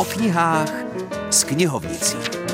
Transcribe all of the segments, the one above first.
knihách s knihovnicí.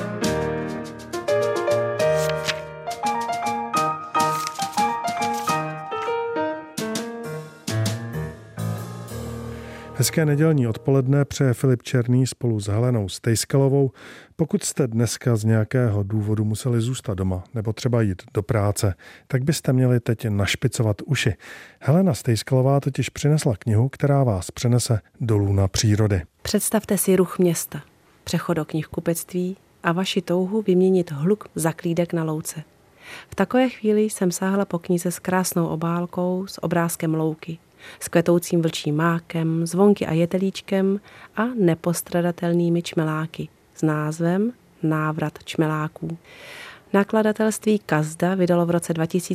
Hezké nedělní odpoledne přeje Filip Černý spolu s Helenou Stejskalovou. Pokud jste dneska z nějakého důvodu museli zůstat doma nebo třeba jít do práce, tak byste měli teď našpicovat uši. Helena Stejskalová totiž přinesla knihu, která vás přenese do lůna přírody. Představte si ruch města, přechod do knihkupectví a vaši touhu vyměnit hluk za klídek na louce. V takové chvíli jsem sáhla po knize s krásnou obálkou, s obrázkem louky, s kvetoucím vlčím mákem, zvonky a jetelíčkem a nepostradatelnými čmeláky s názvem Návrat čmeláků. Nakladatelství Kazda vydalo v roce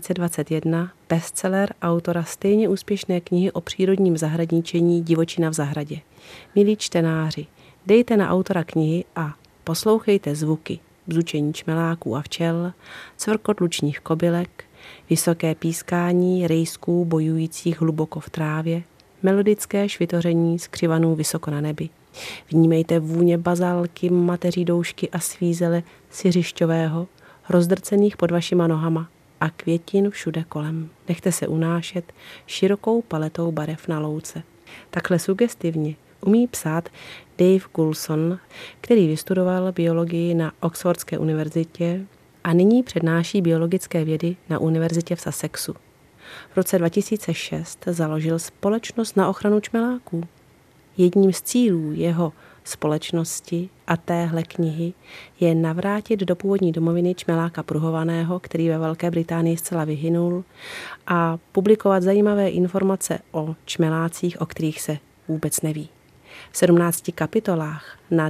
2021 bestseller autora stejně úspěšné knihy o přírodním zahradničení Divočina v zahradě. Milí čtenáři, dejte na autora knihy a poslouchejte zvuky bzučení čmeláků a včel, cvrkot lučních kobylek, vysoké pískání rejsků bojujících hluboko v trávě, melodické švitoření skřivanů vysoko na nebi. Vnímejte vůně bazálky, mateří doušky a svízele siřišťového, rozdrcených pod vašima nohama a květin všude kolem. Nechte se unášet širokou paletou barev na louce. Takhle sugestivně umí psát Dave Goulson, který vystudoval biologii na Oxfordské univerzitě a nyní přednáší biologické vědy na univerzitě v Sussexu. V roce 2006 založil společnost na ochranu čmeláků. Jedním z cílů jeho společnosti a téhle knihy je navrátit do původní domoviny čmeláka pruhovaného, který ve Velké Británii zcela vyhynul, a publikovat zajímavé informace o čmelácích, o kterých se vůbec neví. V 17 kapitolách na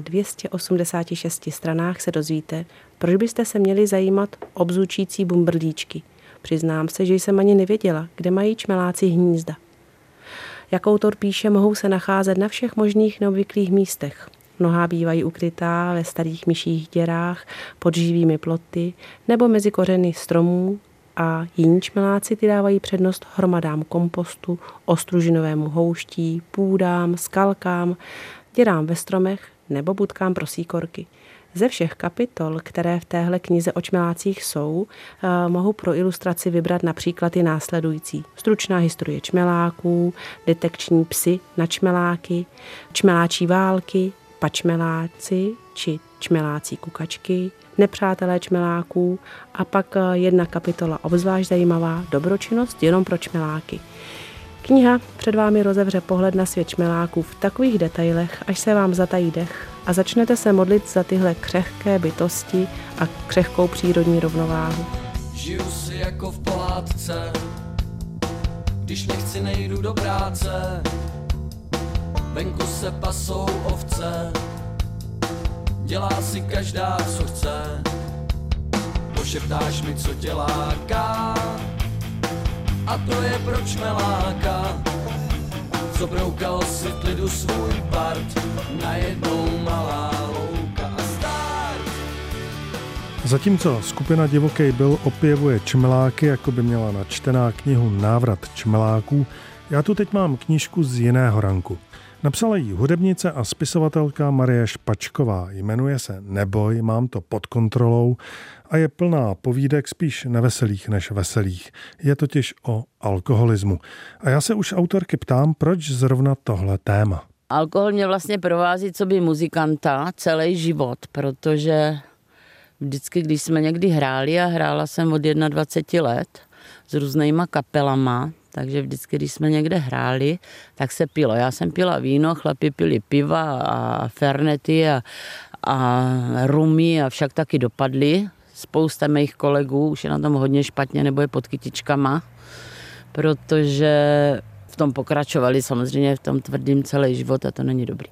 286 stranách se dozvíte, proč byste se měli zajímat o bzučící bumbrlíčky. Přiznám se, že jsem ani nevěděla, kde mají čmeláci hnízda. Jak autor píše, mohou se nacházet na všech možných neobvyklých místech. Mnohá bývají ukrytá ve starých myších děrách, pod živými ploty nebo mezi kořeny stromů, a jiní čmeláci ty dávají přednost hromadám kompostu, ostružinovému houští, půdám, skalkám, děrám ve stromech nebo budkám pro síkorky. Ze všech kapitol, které v téhle knize o čmelácích jsou, mohu pro ilustraci vybrat například i následující. Stručná historie čmeláků, detekční psy na čmeláky, čmeláčí války, pačmeláci či čmelácí kukačky, nepřátelé čmeláků a pak jedna kapitola obzvlášť zajímavá, dobročinnost jenom pro čmeláky. Kniha před vámi rozevře pohled na svět čmeláků v takových detailech, až se vám zatají dech a začnete se modlit za tyhle křehké bytosti a křehkou přírodní rovnováhu. Žiju si jako v pohádce, když nechci, nejdu do práce, venku se pasou ovce, dělá si každá, co chce, pošeptáš mi, co tě láká, a to je pro čmeláka, co broukal si v klidu svůj part, najednou malá louka a start. Zatímco skupina Divokej byl opěvuje čmeláky, jako by měla načtená knihu Návrat čmeláků, já tu teď mám knížku z jiného ranku. Napsala ji hudebnice a spisovatelka Marie Špačková. Jmenuje se Neboj, mám to pod kontrolou a je plná povídek spíš neveselých než veselých. Je totiž o alkoholismu. A já se už autorky ptám, proč zrovna tohle téma. Alkohol mě vlastně provází coby muzikanta celý život, protože vždycky, když jsme někdy hráli, a hrála jsem od 21 let s různýma kapelama, takže vždycky, když jsme někde hráli, tak se pilo. Já jsem pila víno, chlapi pili piva a fernety a rumy a však taky dopadli. Spousta mých kolegů už je na tom hodně špatně nebo je pod kytičkama, protože v tom pokračovali samozřejmě v tom tvrdým celý život a to není dobrý.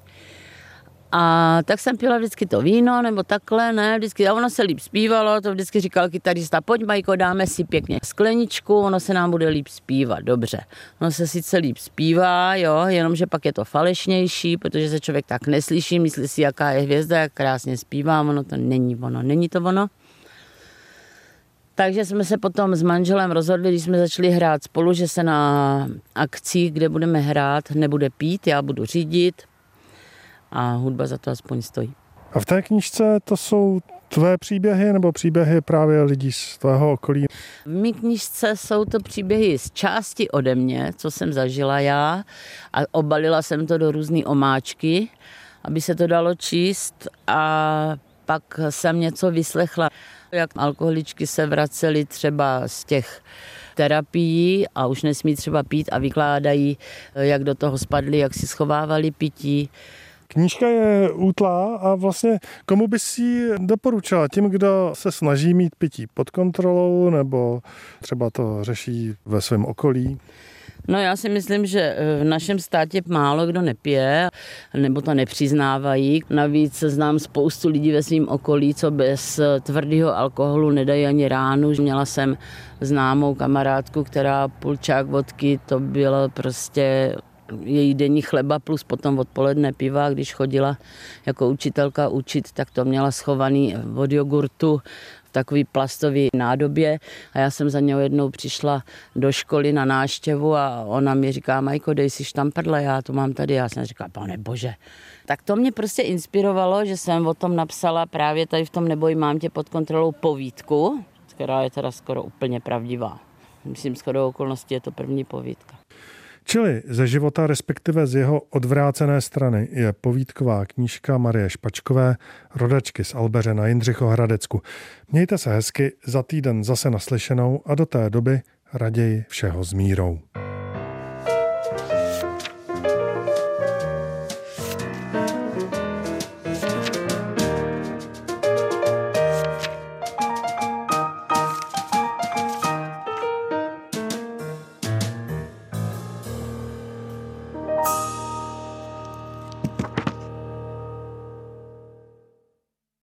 A tak jsem pila vždycky to víno, nebo takhle, ne, vždycky, a ono se líp zpívalo, to vždycky říkal kytarista, pojď Majko, dáme si pěkně skleničku, ono se nám bude líp zpívat, dobře. Ono se sice líp zpívá, jo, jenomže pak je to falešnější, protože se člověk tak neslyší, myslí si, jaká je hvězda, jak krásně zpívá, ono to není to ono. Takže jsme se potom s manželem rozhodli, když jsme začali hrát spolu, že se na akcích, kde budeme hrát, nebude pít, já budu řídit. a hudba za to aspoň stojí. A v té knížce to jsou tvé příběhy nebo příběhy právě lidí z tvého okolí? V mé knížce jsou to příběhy z části ode mě, co jsem zažila já, a obalila jsem to do různé omáčky, aby se to dalo číst, a pak jsem něco vyslechla, jak alkoholičky se vracely třeba z těch terapií a už nesmí třeba pít a vykládají, jak do toho spadli, jak si schovávali pití. Knížka je útlá a vlastně komu bys ji doporučila? Tím, kdo se snaží mít pití pod kontrolou nebo třeba to řeší ve svém okolí? No já si myslím, že v našem státě málo kdo nepije, nebo to nepřiznávají. Navíc znám spoustu lidí ve svém okolí, co bez tvrdého alkoholu nedají ani ránu. Měla jsem známou kamarádku, která půlčák vodky, to bylo prostě její denní chleba plus potom odpoledne piva. Když chodila jako učitelka učit, tak to měla schovaný od jogurtu v takový plastový nádobě, a já jsem za něho jednou přišla do školy na návštěvu a ona mi říká: Majko, dej si štamprle, já to mám tady. Já jsem říkala: pane bože. Tak to mě prostě inspirovalo, že jsem o tom napsala právě tady v tom Neboj, mám tě pod kontrolou povídku, která je teda skoro úplně pravdivá. Myslím, shodou okolností je to první povídka. Čili ze života, respektive z jeho odvrácené strany, je povídková knížka Marie Špačkové, rodačky z Albeře na Jindřichohradecku. Mějte se hezky, za týden zase naslyšenou a do té doby raději všeho s mírou.